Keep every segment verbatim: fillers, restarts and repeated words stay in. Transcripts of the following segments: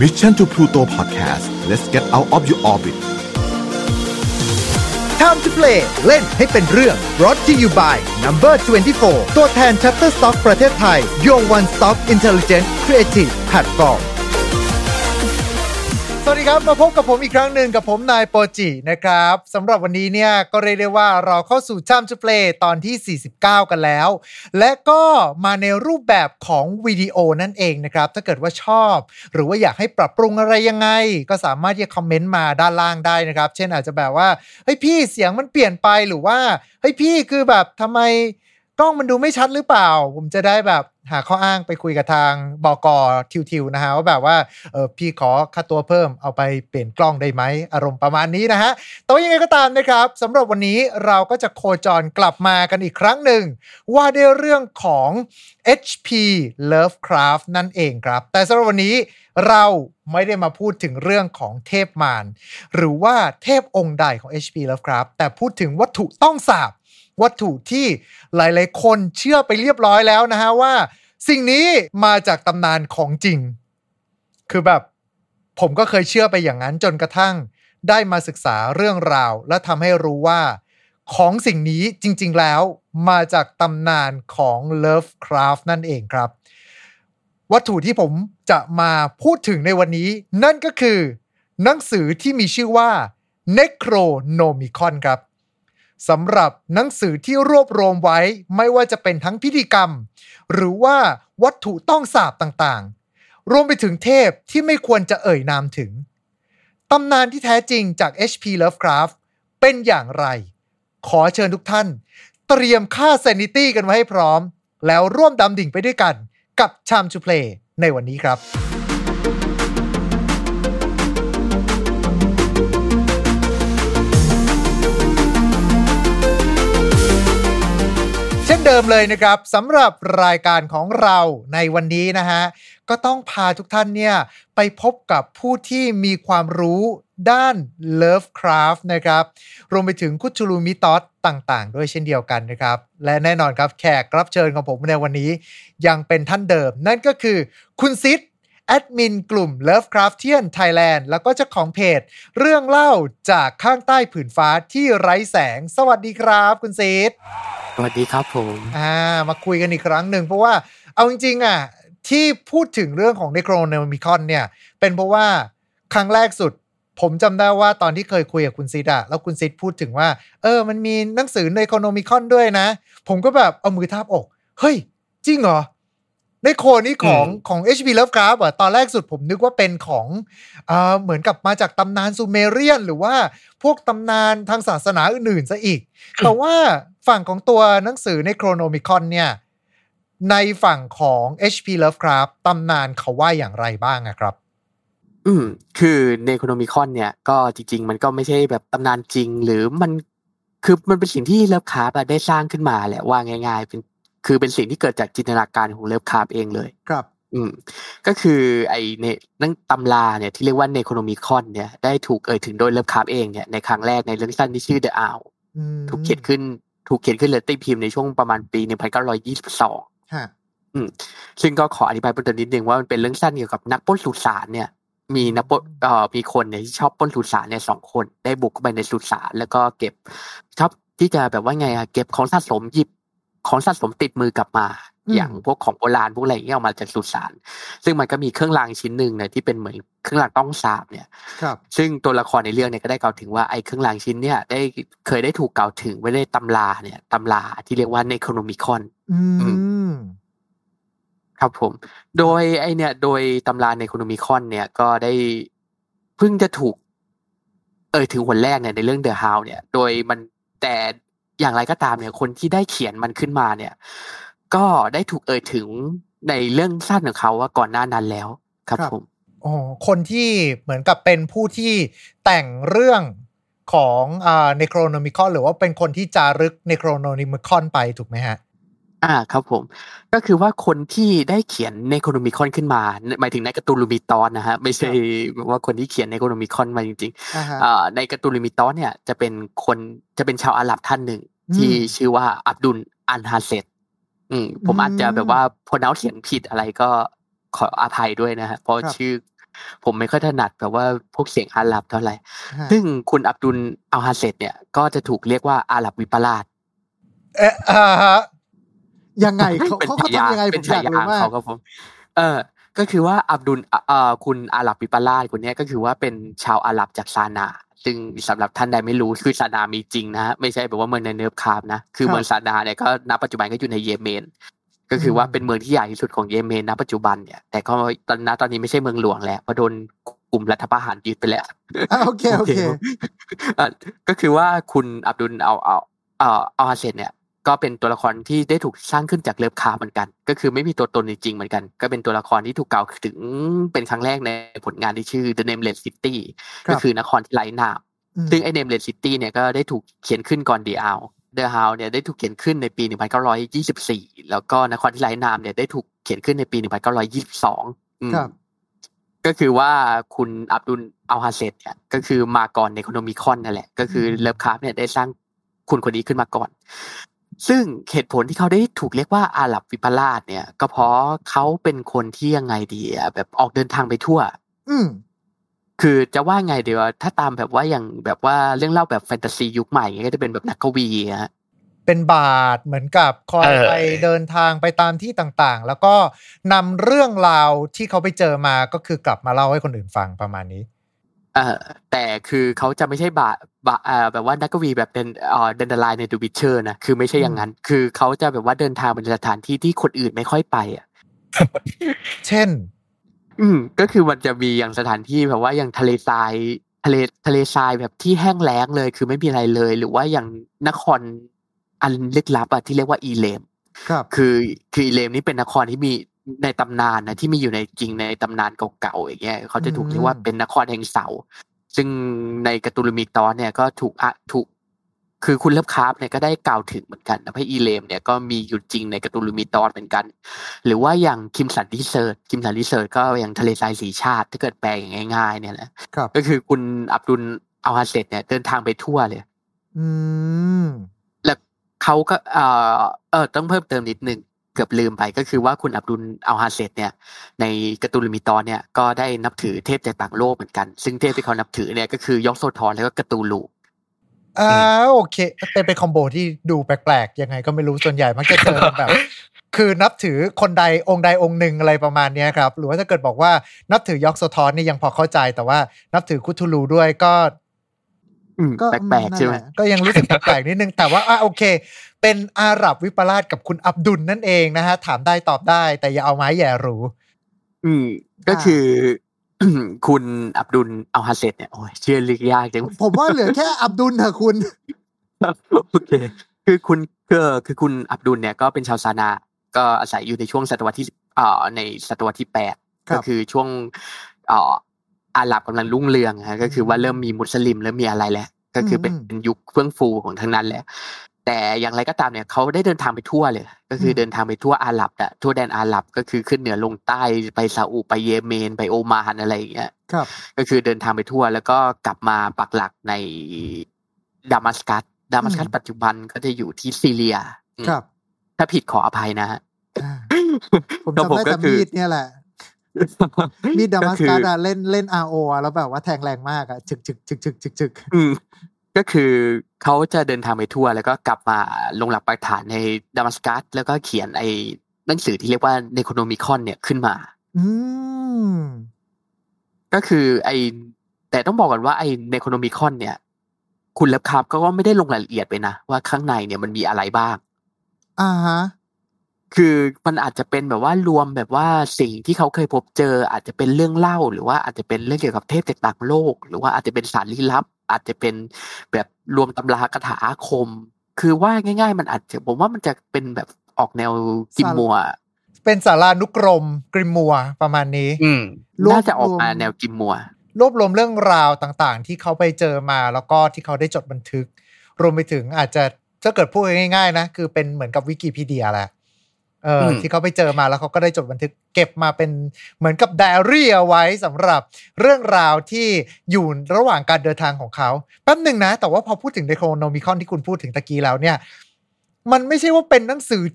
Mission to Pluto Podcast let's get out of your orbit Time to play เล่นให้เป็นเรื่อง brought to you by นัมเบอร์ ยี่สิบสี่ ตัวแทน Shutterstock ประเทศไทย Your One Stop Intelligent Creative Platform สวัสดีครับมาพบกับผมอีกครั้งหนึ่งกับผมนายโปจินะครับสำหรับวันนี้เนี่ยก็เรียกได้ว่าเราเข้าสู่ Time to Play ตอนที่สี่สิบเก้ากันแล้วและก็มาในรูปแบบของวิดีโอนั่นเองนะครับถ้าเกิดว่าชอบหรือว่าอยากให้ปรับปรุงอะไรยังไงก็สามารถที่จะคอมเมนต์มาด้านล่างได้นะครับเช่นอาจจะแบบว่าเฮ้ยพี่เสียงมันเปลี่ยนไปหรือว่าเฮ้ยพี่คือแบบทำไมกล้องมันดูไม่ชัดหรือเปล่าผมจะได้แบบหาข้ออ้างไปคุยกับทางบก.ทิวๆนะฮะว่าแบบว่าเออพี่ขอค่าตัวเพิ่มเอาไปเปลี่ยนกล้องได้ไหมอารมณ์ประมาณนี้นะฮะแต่ว่ายังไงก็ตามนะครับสำหรับวันนี้เราก็จะโคจรกลับมากันอีกครั้งหนึ่งว่าด้วยเรื่องของ เอช พี Lovecraft นั่นเองครับแต่สำหรับวันนี้เราไม่ได้มาพูดถึงเรื่องของเทพมารหรือว่าเทพองค์ใดของ เอช พี Lovecraft แต่พูดถึงวัตถุต้องสาปวัตถุที่หลายๆคนเชื่อไปเรียบร้อยแล้วนะฮะว่าสิ่งนี้มาจากตำนานของจริงคือแบบผมก็เคยเชื่อไปอย่างนั้นจนกระทั่งได้มาศึกษาเรื่องราวและทำให้รู้ว่าของสิ่งนี้จริงๆแล้วมาจากตำนานของ Lovecraft นั่นเองครับวัตถุที่ผมจะมาพูดถึงในวันนี้นั่นก็คือหนังสือที่มีชื่อว่า Necronomicon ครับสำหรับหนังสือที่รวบรวมไว้ไม่ว่าจะเป็นทั้งพิธีกรรมหรือว่าวัตถุต้องสาปต่างๆรวมไปถึงเทพที่ไม่ควรจะเอ่ยนามถึงตำนานที่แท้จริงจาก เอช พี Lovecraft เป็นอย่างไรขอเชิญทุกท่านเตรียมค่า sanity กันไว้ให้พร้อมแล้วร่วมดำดิ่งไปด้วยกันกับ Time to Play ในวันนี้ครับเช่นเดิมเลยนะครับสำหรับรายการของเราในวันนี้นะฮะก็ต้องพาทุกท่านเนี่ยไปพบกับผู้ที่มีความรู้ด้าน Lovecraft นะครับรวมไปถึงคุทูลูมิทอสต่างๆด้วยเช่นเดียวกันนะครับและแน่นอนครับแขกรับเชิญของผมในวันนี้ยังเป็นท่านเดิมนั่นก็คือคุณซิดแอดมินกลุ่ม Lovecraftian Thailand แล้วก็เจ้าของเพจเรื่องเล่าจากข้างใต้ผืนฟ้าที่ไร้แสงสวัสดีครับคุณซิดสวัสดีครับผมอ่ามาคุยกันอีกครั้งหนึ่งเพราะว่าเอาจริงๆอ่ะที่พูดถึงเรื่องของ Necronomicon เนี่ยเป็นเพราะว่าครั้งแรกสุดผมจำได้ว่าตอนที่เคยคุยกับคุณซิดอะแล้วคุณซิดพูดถึงว่าเออมันมีหนังสือ Necronomicon ด้วยนะผมก็แบบเอามือทาบอกเฮ้ยจริงเหรอในโคนี่ของของ เอช พี Lovecraft อ่ะตอนแรกสุดผมนึกว่าเป็นของเอ่อเหมือนกับมาจากตำนานซูเมเรียนหรือว่าพวกตำนานทางศาสนาอื่นๆซะอีกแต่ว่าฝั่งของตัวหนังสือ Necronomicon เนี่ยในฝั่งของ เอช พี Lovecraft ตำนานเขาว่าอย่างไรบ้างอะครับอืมคือ Necronomicon เนี่ยก็จริงๆมันก็ไม่ใช่แบบตำนานจริงหรือมันคือมันเป็นสิ่งที่ Lovecraft ได้สร้างขึ้นมาแหละว่าง่ายๆเป็นคือเป็นสิ่งที่เกิดจากจินตนาการของ Lovecraft เองเลยครับอืมก็คือไอ้ในนั่งตำราเนี่ยที่เรียกว่า Necronomicon เนี่ยได้ถูกเอ่ยถึงโดย Lovecraft เองเนี่ยในครั้งแรกในเรื่องสั้นที่ชื่อ The Owl ถูกเขียนขึ้นถูกเขียนขึ้นเลยตีพิมพ์ในช่วงประมาณปีหนึ่งพันเก้าร้อยยี่สิบสองฮะอืมซึ่งก็ขออธิบายเพิ่มเติมนิดนึงว่ามันเป็นเรื่องสั้นเกี่ยวกับนักปล้นสุสานเนี่ยมีนักปล้นเอ่อมีคนเนี่ยที่ชอบปล้นสุสานเนี่ยสองคนได้บุกเข้าไปในสุสานแล้วก็เก็บชอบที่จะแบบว่าไงอ่ะเก็บของสะสมหยิบของสะสมติดมือกลับมาอย่างพวกของโบราณพวกอะไรอย่างเงี้ยออกมาจากสุสานซึ่งมันก็มีเครื่องรางชิ้นนึงเนี่ยที่เป็นเหมือนเครื่องรางต้องสาปเนี่ยครับซึ่งตัวละครในเรื่องเนี่ยก็ได้กล่าวถึงว่าไอ้เครื่องรางชิ้นเนี่ยได้เคยได้ถูกกล่าวถึงไว้ในตำราเนี่ยตำราที่เรียกว่า Necronomicon อืมครับผมโดยไอเนี่ยโดยตำรา Necronomicon เนี่ยก็ได้เพิ่งจะถูกเอ่ยถึงหนแรกเนี่ยในเรื่อง The Hound เนี่ยโดยมันแต่อย่างไรก็ตามเนี่ยคนที่ได้เขียนมันขึ้นมาเนี่ยก็ได้ถูกเอ่ยถึงในเรื่องสั้นของเขาว่าก่อนหน้านั้นแล้วครับผมอ๋อคนที่เหมือนกับเป็นผู้ที่แต่งเรื่องของอ่า Necronomicon หรือว่าเป็นคนที่จารึก Necronomicon ไปถูกไหมฮะอ่าครับผมก็คือว่าคนที่ได้เขียน Necronomicon ขึ้นมาหมายถึงในการ์ตูนลูมิตอนนะฮะไม่ใช่ว่าคนที่เขียน Necronomicon มาจริงๆอ่าในการ์ตูนลูมิตอนเนี่ยจะเป็นคนจะเป็นชาวอาหรับท่านหนึ่งที่ชื่อว่าอับดุลอันฮาเซตอืมผมอาจจะแบบว่าพอน้าเสียงผิดอะไรก็ขออภัยด้วยนะฮะเพราะชื่อผมไม่ค่อยถนัดแบบว่าพวกเสียงอาหรับเท่าไหร่ซึ่งคุณอับดุลอัลฮาเซดเนี่ยก็จะถูกเรียกว่าอาหรับวิปลาสเอ๊ะอ่าฮะยังไงเขาเขาทำยังไงผมอยากรู้มากเขาครับผมเออก็คือว่าอับดุลเอ่อคุณอาหรับวิปลาสคนนี้ก็คือว่าเป็นชาวอาหรับจากซานาซึ่งสำหรับท่านใดไม่รู้คือซานามีจริงนะไม่ใช่แบบว่าเมืองในเนิร์ฟคาร์ฟนะคือเมืองซานาเนี่ยก็ณปัจจุบันก็อยู่ในเยเมนก็คือว่าเป็นเมืองที่ใหญ่ที่สุดของเยเมนณปัจจุบันเนี่ยแต่ก็ตอนนั้นตอนนี้ไม่ใช่เมืองหลวงแล้วเพราะโดนกลุ่มรัฐประหารยึดไปแล้วโอเคโอเคก็คือว่าคุณอับดุลเอาเอาเอ่ออัลฮาเซดเนี่ยก็เป็นตัวละครที่ได้ถูกสร้างขึ้นจากเลิฟคาร์เหมือนกันก็คือไม่มีตัวตนจริงๆเหมือนกันก็เป็นตัวละครที่ถูกกล่าวถึงเป็นครั้งแรกในผลงานที่ชื่อ The Nameless City ก็คือนครที่ไร้นามซึ่งไอ้ Nameless City เนี่ยก็ได้ถูกเขียนขึ้นก่อน The Owl The Owl เนี่ยได้ถูกเขียนขึ้นในปีหนึ่งพันเก้าร้อยยี่สิบสี่แล้วก็นครที่ไร้นามเนี่ยได้ถูกเขียนขึ้นในปีหนึ่งพันเก้าร้อยยี่สิบสองครับก็คือว่าคุณอับดุลอัลฮาเซดเนี่ยก็คือมาก่อนใน Economicon นั่นแหละก็คือเลิฟคาร์เนี่ยได้สร้างคุณคนนี้ขึ้นมาก่อนซึ่งเหตุผลที่เขาได้ถูกเรียกว่าอาหรับวิปลาสเนี่ยก็เพราะเขาเป็นคนที่ยังไงดีอ่ะแบบออกเดินทางไปทั่วอืมคือจะว่าไงเดี๋ยวถ้าตามแบบว่าอย่างแบบว่าเรื่องเล่าแบบแฟนตาซียุคใหม่ก็จะเป็นแบบนักกวีฮะเป็นบาทเหมือนกับคอยไปเดินทางไปตามที่ต่างๆแล้วก็นำเรื่องราวที่เขาไปเจอมาก็คือกลับมาเล่าให้คนอื่นฟังประมาณนี้เออแต่คือเขาจะไม่ใช่บาบาอ่าแบบว่านักกวีแบบเดนอ่าเดนเดอร์ไลน์ในดูบิเชอร์นะคือไม่ใช่อย่างนั้นคือเขาจะแบบว่าเดินทางไปสถานที่ที่คนอื่นไม่ค่อยไปอ่ะเช่นอืมก็คือมันจะมีอย่างสถานที่แบบว่าอย่างทะเลทรายทะเลทะเลทรายแบบที่แห้งแล้งเลยคือไม่มีอะไรเลยหรือว่าอย่างนครอันลึกลับอ่ะที่เรียกว่าอีเลมครับคือคืออีเลมนี่เป็นนครที่มีในตำนานนะที่มีอยู่ในจริงในตำนานเก่าๆอย่างเงี้ยเขาจะถูกเรียกว่าเป็นนครแห่งเสาซึ่งในการ์ตูนมิกตอนเนี่ยก็ถูกอะถูกคือคุณเลิฟคราฟเนี่ยก็ได้กล่าวถึงเหมือนกันนะพระอีเลมเนี่ยก็มีอยู่จริงในการ์ตูนมิกตอนเหมือนกันหรือว่าอย่างคิมสันดิเซิร์ตคิมสันดิเซิร์ตก็อย่างทะเลทรายสีชาติถ้าเกิดแปลอย่างง่ายๆเนี่ยแหละก็คือคุณอับดุลอัลฮาเซดเนี่ยเดินทางไปทั่วเลยอืมแล้วเขาก็เอ่อเออต้องเพิ่มเติมนิดนึงเกือบลืมไปก็คือว่าคุณอับดุลอัลฮาเซดเนี่ยในการ์ตูนมิกตอนเนี่ยก็ได้นับถือเทพจากต่างโลกเหมือนกันซึ่งเทพที่เขานับถือเนี่ยก็คือยอกโซทอนแล้วก็กาตูลูอ่าโอเคเป็นเป็นคอมโบที่ดูแปลกๆยังไงก็ไม่รู้ส่วนใหญ่มันจะเจอแบบคือนับถือคนใดองค์ใดองค์หนึ่งอะไรประมาณนี้ครับหรือว่าถ้าเกิดบอกว่านับถือยอกโซทอนนี่ยังพอเข้าใจแต่ว่านับถือคุทูลูด้วยก็ก็แปลกๆใช่ไหมก็ยังรู้สึกแปลกๆนิดนึงแต่ว่าอ่ะโอเคเป็นอาหรับวิปลาสกับคุณอับดุลนั่นเองนะฮะถามได้ตอบได้แต่อย่าเอาไม้แย่รู้อืมก็คือคุณอับดุลอัลฮาเซดเนี่ยโอ้ยชื่อเรียกยากจังผมว่าเหลือแค่อับดุลเถอะคุณโอเคคือคุณก็คือคุณอับดุลเนี่ยก็เป็นชาวซานาก็อาศัยอยู่ในช่วงศตวรรษที่เอ่อในศตวรรษที่แปดก็คือช่วงเอ่ออาหรับกำลังรุ่งเรืองฮะก็คือว่าเริ่มมีมุสลิมเริ่มมีอะไรแล้วก็คือเป็นยุคเฟื่องฟูของทั้งนั้นแหละแต่อย่างไรก็ตามเนี่ยเขาได้เดินทางไปทั่วเลยก็คือเดินทางไปทั่วอาหรับอะทั่วแดนอาหรับก็คือขึ้นเหนือลงใต้ไปซาอุไปเยเมนไปโอมานอะไรอย่างเงี้ยครับก็คือเดินทางไปทั่วแล้วก็กลับมาปักหลักในดามัสกัสดามัสกัสปัจจุบันก็จะอยู่ที่ซีเรียครับถ้าผิดขออภัยนะฮะผมจำได้แต่มีดเนี่ยแหละมีดดามัสกัสอะเล่นเล่น อาร์ โอ อ่ะแล้วแบบว่าแทงแรงมากอ่ะจึกจึกจึกจึกจึกจึกก็คือเขาจะเดินทางไปทั่วแล้วก็กลับมาลงหลักปักฐานในดามัสกัสแล้วก็เขียนไอ้หนังสือที่เรียกว่า Necronomicon เนี่ยขึ้นมาอืมก็คือไอ้แต่ต้องบอกก่อนว่าไอ้ Necronomicon เนี่ยคุณเลิฟคราฟก็ไม่ได้ลงรายละเอียดไปนะว่าข้างในเนี่ยมันมีอะไรบ้างอ่าฮะคือมันอาจจะเป็นแบบว่ารวมแบบว่าสิ่งที่เขาเคยพบเจออาจจะเป็นเรื่องเล่าหรือว่าอาจจะเป็นเรื่องเกี่ยวกับเทพจากต่างโลกหรือว่าอาจจะเป็นสารลี้ลับอาจจะเป็นแบบรวมตำราคาถาอาคมคือว่าง่ายๆมันอาจจะผมว่ามันจะเป็นแบบออกแนวกิมมัวเป็นสารานุกรมกริมมัวประมาณนี้อืมน่าจะออกมาแนวกิมมัวรวบรวมเรื่องราวต่างๆที่เขาไปเจอมาแล้วก็ที่เขาได้จดบันทึกรวมไปถึงอาจจะถ้าเกิดพูดง่ายๆนะคือเป็นเหมือนกับวิกิพีเดียแหละเออที่เขาไปเจอมาแล้วเขาก็ได้จดบันทึกเก็บมาเป็นเหมือนกับไดอารี่เอาไว้สำหรับเรื่องราวที่อยู่ระหว่างการเดินทางของเขาแป๊บหนึ่งนะแต่ว่าพอพูดถึง Necronomicon ที่คุณพูดถึงตะกี้แล้วเนี่ยมันไม่ใช่ว่าเป็นหนังสือที่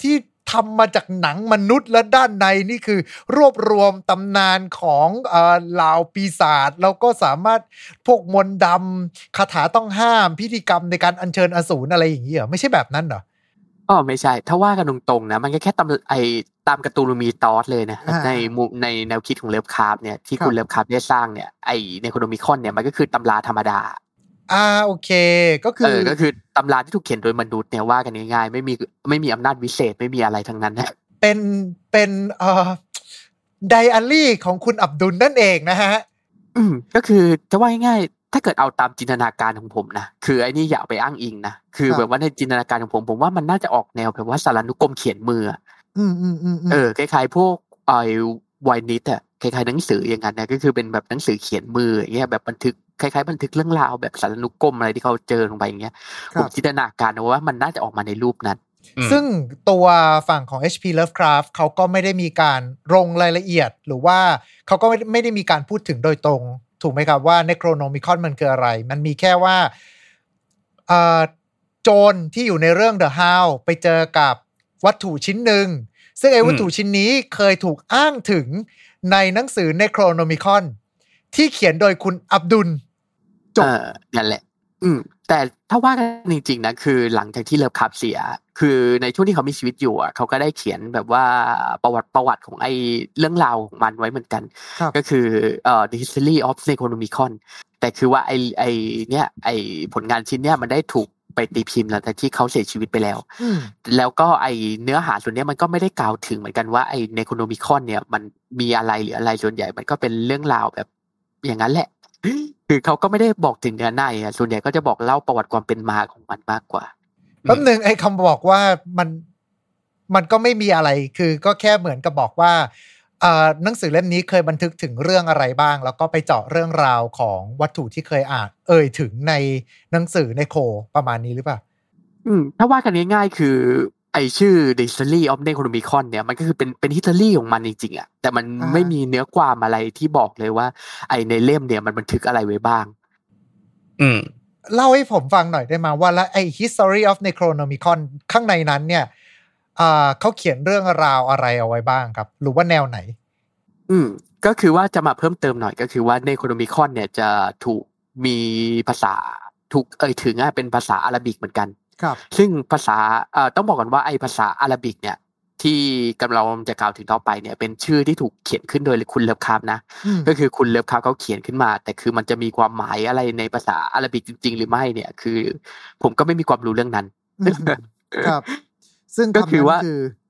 ทำมาจากหนังมนุษย์และด้านในนี่คือรวบรวมตำนานของเอ่อเหล่าปีศาจแล้วก็สามารถพวกมนต์ดำคาถาต้องห้ามพิธีกรรมในการอัญเชิญอสูรอะไรอย่างนี้เหรอไม่ใช่แบบนั้นเหรออ๋อไม่ใช่ถ้าว่ากันตรงๆนะมันก็แค่ตามไอตามการ์ตูนมีตอสเลยนะในมุมในแนวคิดของเลิฟคราฟต์เนี่ยที่คุณเลิฟคราฟต์ได้สร้างเนี่ยไอในโคโนมิคอนเนี่ยมันก็คือตำราธรรมดาอ่าโอเคก็คือเออก็คือตำราที่ถูกเขียนโดยมนุษย์เนี่ยว่ากันง่ายๆไม่มีไม่มีอำนาจวิเศษไม่มีอะไรทั้งนั้นนะเป็นเป็นเอ่อไดอารี่ของคุณอับดุลนั่นเองนะฮะอืมก็คือจะว่าง่ายๆถ้าเกิดเอาตามจินตนาการของผมนะคือไอ้นี่อย่าไปอ้างอิงนะคือแบบว่าในจินตนาการของผมผมว่ามันน่าจะออกแนวแบบว่าสารานุกรมเขียนมืออืมอืมอืมเออคล้ายๆพวกไอ้ไวนิสอ่ะคล้ายๆหนังสืออย่างนั้นนะก็คือเป็นแบบหนังสือเขียนมืออย่างเงี้ยแบบบันทึกคล้ายๆบันทึกเรื่องราวแบบสารานุกรมอะไรที่เขาเจอลงไปอย่างเงี้ยผมจินตนาการนะว่ามันน่าจะออกมาในรูปนั้นซึ่งตัวฝั่งของ เอช พี Lovecraft เขาก็ไม่ได้มีการลงรายละเอียดหรือว่าเขาก็ไม่ได้มีการพูดถึงโดยตรงถูกไหมครับว่า Necronomicon มันคืออะไรมันมีแค่ว่าเอ่อโจรที่อยู่ในเรื่อง The Hound ไปเจอกับวัตถุชิ้นหนึ่งซึ่งไอ้วัตถุชิ้นนี้เคยถูกอ้างถึงในหนังสือ Necronomicon ที่เขียนโดยคุณอับดุลจบนั่นแหละอืมแต่ถ้าว่ากันจริงๆนะคือหลังจากที่เลิฟคราฟต์เสียคือในช่วงที่เขามีชีวิตอยู่อ่ะเขาก็ได้เขียนแบบว่าประวัติประวัติของไอ้เรื่องราวของมันไว้เหมือนกันก็คือเอ่อ The History of Necronomicon แต่คือว่าไอ้ไอ้เนี้ยไอ้ผลงานชิ้นเนี้ยมันได้ถูกไปตีพิมพ์หลังจากที่เขาเสียชีวิตไปแล้วแล้วก็ไอ้เนื้อหาส่วนนี้มันก็ไม่ได้กล่าวถึงเหมือนกันว่าไอ้ Necronomicon เนี่ยมันมีอะไรหรืออะไรส่วนใหญ่มันก็เป็นเรื่องราวแบบอย่างนั้นแหละคือเขาก็ไม่ได้บอกถึงเนื้อในอ่ะส่วนใหญ่ก็จะบอกเล่าประวัติความเป็นมาของมันมากกว่าแป๊บนึงไอ้คำบอกว่ามันมันก็ไม่มีอะไรคือก็แค่เหมือนกับบอกว่าเอ่อหนังสือเล่มนี้เคยบันทึกถึงเรื่องอะไรบ้างแล้วก็ไปเจาะเรื่องราวของวัตถุที่เคยอ่านเอ่ยถึงในหนังสือในโคประมาณนี้หรือเปล่าอืมถ้าว่ากันง่ายๆคือไอชื่อ The History of Necronomicon เนี่ยมันก็คือเป็นเป็น history ของมันจริงๆอ่ะแต่มันไม่มีเนื้อความอะไรที่บอกเลยว่าไอในเล่มเนี่ยมันบันทึกอะไรไว้บ้างอืมเล่าให้ผมฟังหน่อยได้ไหมว่าแล้วไอ้ History of Necronomicon ข้างในนั้นเนี่ยอ่าเขาเขียนเรื่องราวอะไรเอาไว้บ้างครับหรือว่าแนวไหนอืมก็คือว่าจะมาเพิ่มเติมหน่อยก็คือว่า Necronomicon เนี่ยจะถูกมีภาษาถูกเอ่ยถึงอ่ะเป็นภาษาอาหรับิกเหมือนกันครับซึ่งภาษาเอ่อต้องบอกก่อนว่าไอ้ภาษาอาหรับิกเนี่ยที่กำลังจะกล่าวถึงต่อไปเนี่ยเป็นชื่อที่ถูกเขียนขึ้นโดยคุณเลิฟคราฟต์นะก็คือคุณเลิฟคราฟต์เขาเขียนขึ้นมาแต่คือมันจะมีความหมายอะไรในภาษาอาหรับิกจริงๆหรือไม่เนี่ยคือผมก็ไม่มีความรู้เรื่องนั้นครับซึ่งก็คือว่า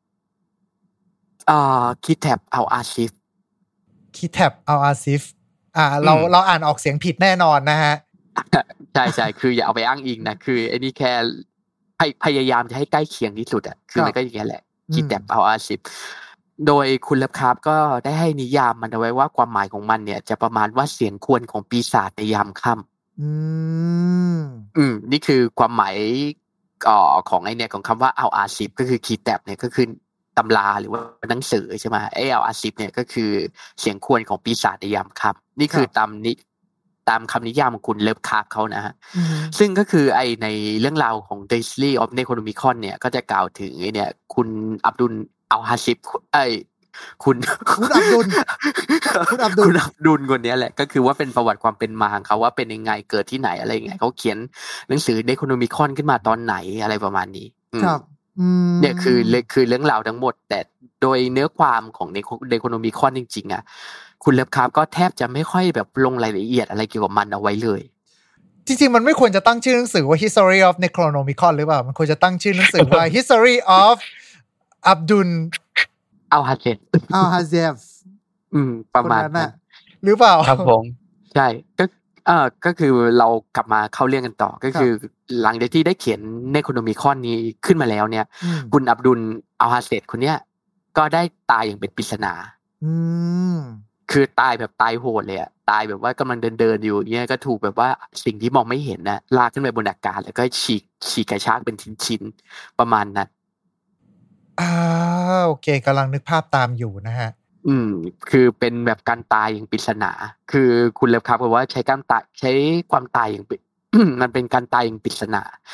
อ่าคิแท็บเอาอาซิฟคิแท็บเอาอาซิฟอ่าเราเราอ่านออกเสียงผิดแน่นอนนะฮะใช่ใช่คืออย่าเอาไปอ้างอิงนะคือไอ้นี่แค่พยายามจะให้ใกล้เคียงที่สุดอ่ะคือมันก็อย่างนี้แหละคิดแบบเอาอาชิปโดยคุณเลิฟคราฟต์ก็ได้ให้นิยามมันเอาไว้ว่าความหมายของมันเนี่ยจะประมาณว่าเสียงครวญของปีศาจในยามค่ำอืมอืมนี่คือความหมายอ่อของไอเนี่ยของคำว่าเอาอาชิปก็คือคีแตบเนี่ยก็คือตำราหรือว่าหนังสือใช่ไหมไอเอาอาชิปเนี่ยก็คือเสียงครวญของปีศาจในยามค่ำนี่คือตามนี้ตามคำนิยามของคุณเลิฟคราฟต์เขานะฮะซึ่งก็คือไอในเรื่องราวของ The History of Necronomicon เนี่ยก็จะกล่าวถึงไอเนี่ยคุณอับดุลอัลฮาชิบไอคุณคุณอับดุลคุณอับดุลคุณอับดุลคนนี้แหละก็คือว่าเป็นประวัติความเป็นมาของเขาว่าเป็นยังไงเกิดที่ไหนอะไรยังไงเขาเขียนหนังสือ Necronomicon ขึ้นมาตอนไหนอะไรประมาณนี้ครับเนี่ยคือคือเรื่องราวทั้งหมดแต่โดยเนื้อความของ Necronomicon จริงๆอ่ะคุณเลิฟคราฟต์ก็แทบจะไม่ค่อยแบบลงรายละเอียดอะไรเกี่ยวกับมันเอาไว้เลยจริงๆมันไม่ควรจะตั้งชื่อหนังสือว่า History of Necronomicon หรือเปล่ามันควรจะตั้งชื่อหนังสือว่า History of Abdul อัลฮาเซฟอัลฮาเซฟอืมประมาณนั้นหรือเปล่าครับผมใช่ก็เออก็คือเรากลับมาเข้าเรื่องกันต่อก็คือหลังจากที่ได้เขียน Necronomicon นี้ขึ้นมาแล้วเนี่ยคุณอับดุลอัลฮาเซฟคนเนี้ยก็ได้ตายอย่างเป็นปริศนาอืมคือตายแบบตายโหดเลยอะตายแบบว่ากำลังเดินเดินอยู่เงี้ยก็ถูกแบบว่าสิ่งที่มองไม่เห็นนะลากขึ้นไปบนอากาศแล้วก็ฉีกฉีกกระชากเป็นชิ้นๆประมาณนั้นอ่าโอเคกำลังนึกภาพตามอยู่นะฮะอืมคือเป็นแบบการตายอย่างปริศนาคือคุณเลิฟคราฟต์บอกว่าใช้การตายใช้ความตายอย่าง มันเป็นการตายอย่างปริศนา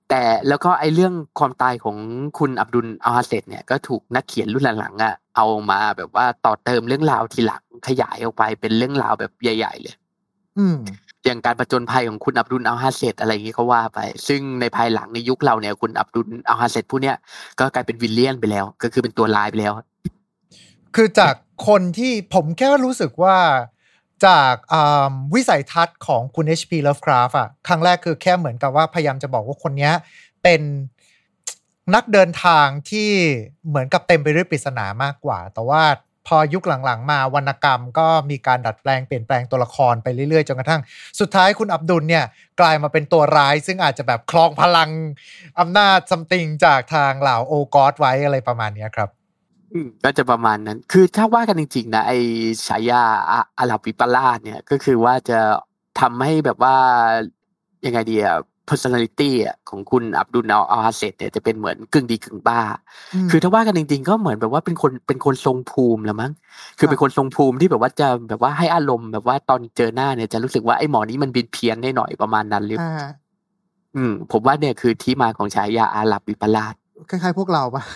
แต่แล้วก็ไอ้เรื่องความตายของคุณอับดุลอัลฮาเซดเนี่ยก็ถูกนักเขียนรุ่นหลังๆอ่ะเอามาแบบว่าต่อเติมเรื่องราวทีหลังขยายออกไปเป็นเรื่องราวแบบใหญ่ๆเลยอืมอย่างการผจญภัยของคุณอับดุลอัลฮาเซดอะไรอย่างนี้เขาว่าไปซึ่งในภายหลังในยุคเราเนี่ยคุณอับดุลอัลฮาเซดผู้เนี้ยก็กลายเป็นวิลเลียนไปแล้วก็คือเป็นตัวร้ายไปแล้วคือจากคนที่ผมแค่รู้สึกว่าจากวิสัยทัศน์ของคุณ เอช พี Lovecraft อ่ะครั้งแรกคือแค่เหมือนกับว่าพยายามจะบอกว่าคนนี้เป็นนักเดินทางที่เหมือนกับเต็มไปด้วยปริศนามากกว่าแต่ว่าพอยุคหลังๆมาวรรณกรรมก็มีการดัดแปลงเปลี่ยนแปลงตัวละครไปเรื่อยๆจนกระทั่งสุดท้ายคุณอับดุลเนี่ยกลายมาเป็นตัวร้ายซึ่งอาจจะแบบครองพลังอำนาจซัมติงจากทางเหล่าโอกอสไว้อะไรประมาณนี้ครับก็จะประมาณนั้นคือถ้าว่ากันจริงๆนะไอฉายาอาหรับวิปลาสเนี่ยก็คือว่าจะทำให้แบบว่ายังไงดีอะ personality อ่ะของคุณอับดุลอัลฮาเซดเนี่ยจะเป็นเหมือนกึ่งดีกึ่งบ้าคือถ้าว่ากันจริงๆก็เหมือนแบบว่าเป็นคนเป็นคนทรงภูมิละมั้งคือเป็นคนทรงภูมิที่แบบว่าจะแบบว่าให้อารมณ์แบบว่าตอนเจอหน้าเนี่ยจะรู้สึกว่าไอ้หมอนี้มันบิดเพี้ยนได้หน่อยประมาณนั้นหรืออืมผมว่าเนี่ยคือที่มาของฉายาอาหรับวิปลาสคล้ายๆพวกเราปะ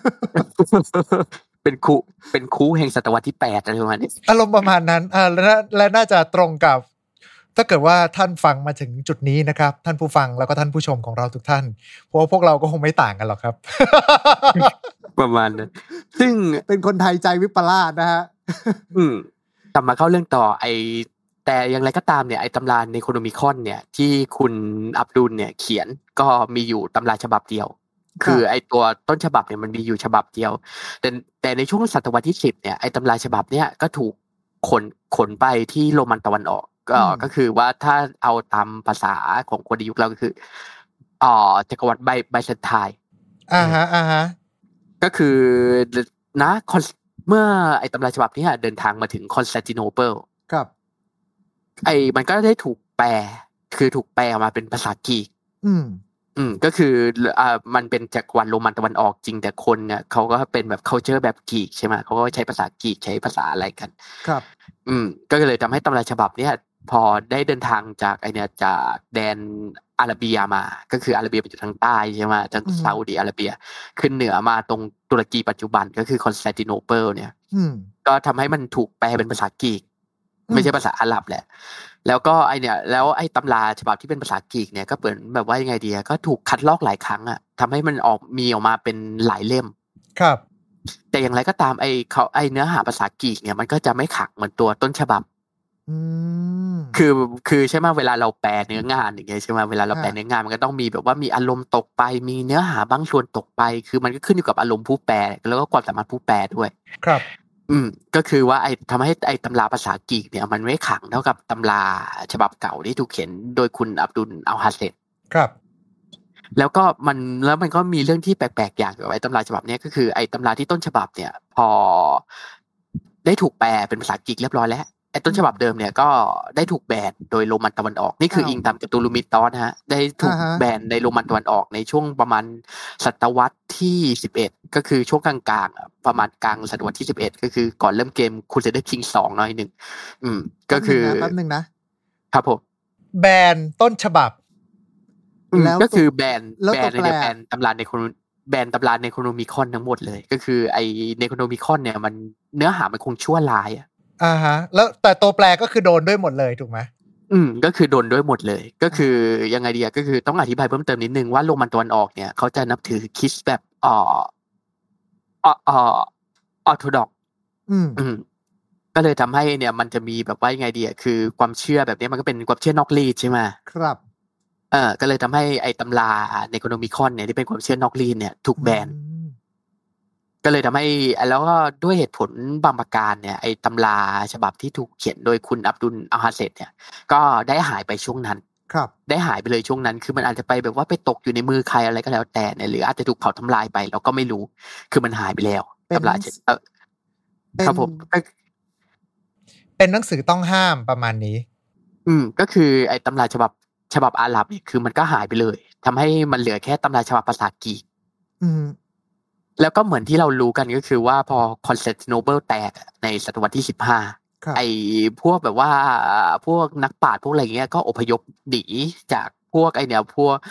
เป็นครูเป็นครูแห่งศตวรรษที่แปดอะไรประมาณนี้อารมณ์ประมาณนั้นอ่าและและน่าจะตรงกับถ้าเกิดว่าท่านฟังมาถึงจุดนี้นะครับท่านผู้ฟังแล้วก็ท่านผู้ชมของเราทุกท่านเพราะว่าพวกเราก็คงไม่ต่างกันหรอกครับประมาณนั้นซึ่งเป็นคนไทยใจวิปลาสนะฮะอืมกลับมาเข้าเรื่องต่อไอแต่อย่างไรก็ตามเนี่ยไอตำราในโคโนมิคอนเนี่ยที่คุณอับดุลเนี่ยเขียนก็มีอยู่ตำราฉบับเดียวคือไอตัวต้นฉบับเนี่ยมันมีอยู่ฉบับเดียวแต่แต่ในช่วงศตวรรษที่สิบเนี่ยไอตำราฉบับเนี่ยก็ถูกขนขนไปที่โรมันตะวันออกก็ก็คือว่าถ้าเอาตามภาษาของคนในยุคเราก็คืออ่อจักรวรรดิไบไบแซนไทน์อ่าฮะอ่าฮะก็คือนะเมื่อไอตำราฉบับนี้เดินทางมาถึงคอนสแตนติโนเปิลครับไอมันก็ได้ถูกแปลคือถูกแปลมาเป็นภาษากรีกอืมอืมก็คืออ่ามันเป็นจักรวรรดิโรมันตะวันออกจริงแต่คนเนี่ยเขาก็เป็นแบบ culture แบบกรีกใช่ไหมเขาก็ใช้ภาษากรีกใช้ภาษาอะไรกันครับอืมก็เลยทำให้ตำราฉบับเนี้ยพอได้เดินทางจากไอเนี่ยจากแดนอาระเบียมาก็คืออาระเบียไปอยู่ทางใต้ใช่ไหมทางซาอุดิอาระเบียขึ้นเหนือมาตรงตุรกีปัจจุบันก็คือคอนสแตนติโนเปิลเนี่ยก็ทำให้มันถูกแปลเป็นภาษากรีกไม่ใช่ภาษาอาหรับแหละแล้วก็ไอเนี่ยแล้วไอตำราฉบับที่เป็นภาษากรีกเนี่ยก็เปิดแบบว่ายังไงดีก็ถูกคัดลอกหลายครั้งอ่ะทำให้มันออกมีออกมาเป็นหลายเล่มครับแต่อย่างไรก็ตามไอเขาไอเนื้อหาภาษากรีกเนี่ยมันก็จะไม่ขังเหมือนตัวต้นฉบับคือคือใช่ไหมเวลาเราแปลเนื้องานอย่างเงี้ยใช่ไหมเวลาเราแปลเนื้องานมันก็ต้องมีแบบว่ามีอารมณ์ตกไปมีเนื้อหาบางส่วนตกไปคือมันก็ขึ้นอยู่กับอารมณ์ผู้แปลแล้วก็ความสามารถผู้แปลด้วยครับอืมก็คือว่าไอ้ทำให้ไอ้ตำราภาษากรีกเนี่ยมันไม่ขังเท่ากับตำราฉบับเก่าที่ถูกเขียนโดยคุณอับดุลอัลฮาเซดครับแล้วก็มันแล้วมันก็มีเรื่องที่แปลกๆอย่างกับไอ้ตำราฉบับนี้ก็คือไอ้ตำราที่ต้นฉบับเนี่ยพอได้ถูกแปลเป็นภาษากรีกเรียบร้อยแล้วไอ้ต้นฉบับเดิมเนี่ยก็ได้ถูกแบนโดยโรมันตะวันออกนี่คืออิงตามกับตูลูมิตอสนะฮะได้ถูกแบนในโรมันตะวันออกในช่วงประมาณศตวรรษที่สิบเอ็ดก็คือช่วงกลางๆประมาณกลางศตวรรษที่สิบเอ็ดก็คือก่อนเริ่มเกม Crusader Kings สองหน่อยนึงอืมก็คือแป๊บนึงนะครับผมแบนต้นฉบับแล้วก็คือแบนแบนในแบนตำราในคนแบนตำราในโคโนมิคอนทั้งหมดเลยก็คือไอในโคโนมิคอนเนี่ยมันเนื้อหามันคงชั่วร้ายอ่ะอ่าฮะแล้วแต่ตัวแปลก็คือโดนด้วยหมดเลยถูกไหมอืมก็คือโดนด้วยหมดเลยก็คือยังไงดีก็คือต้องอธิบายเพิ่มเติมนิดนึงว่าโรมันตะวันออกเนี่ยเขาจะนับถือคริสต์แบบอ่ออ่ออ่อออร์โธดอกซ์อืมอืมก็เลยทำให้เนี่ยมันจะมีแบบว่ายังไงดีคือความเชื่อแบบนี้มันก็เป็นความเชื่อนอกรีดใช่ไหมครับเออก็เลยทำให้ไอ้ตำราในโคโนมิคอนเนี่ยที่เป็นความเชื่อนอกรีดเนี่ยถูกแบนก็เลยทำให้แล้วก็ด้วยเหตุผลบางประการเนี่ยไอ้ตำราฉบับที่ถูกเขียนโดยคุณอับดุลอัลฮาเซดเนี่ยก็ได้หายไปช่วงนั้นครับได้หายไปเลยช่วงนั้นคือมันอาจจะไปแบบว่าไปตกอยู่ในมือใครอะไรก็แล้วแต่เนี่ยหรืออาจจะถูกเผาทำลายไปเราก็ไม่รู้คือมันหายไปแล้วตำราเออครับผมเป็นหนังสือต้องห้ามประมาณนี้อืมก็คือไอ้ตำราฉบับฉบับอาหรับเนี่ยคือมันก็หายไปเลยทำให้มันเหลือแค่ตำราฉบับภาษากรีกอืมแล้วก็เหมือนที่เรารู้กันก็คือว่าพอคอนสแตนติโนเปิลแตกในศตวรรษที่สิบห้าไอ้พวกแบบว่าพวกนักปราชญ์พวกอะไรเงี้ยก็อพยพหนีจากพวกไอเนี่ยพวก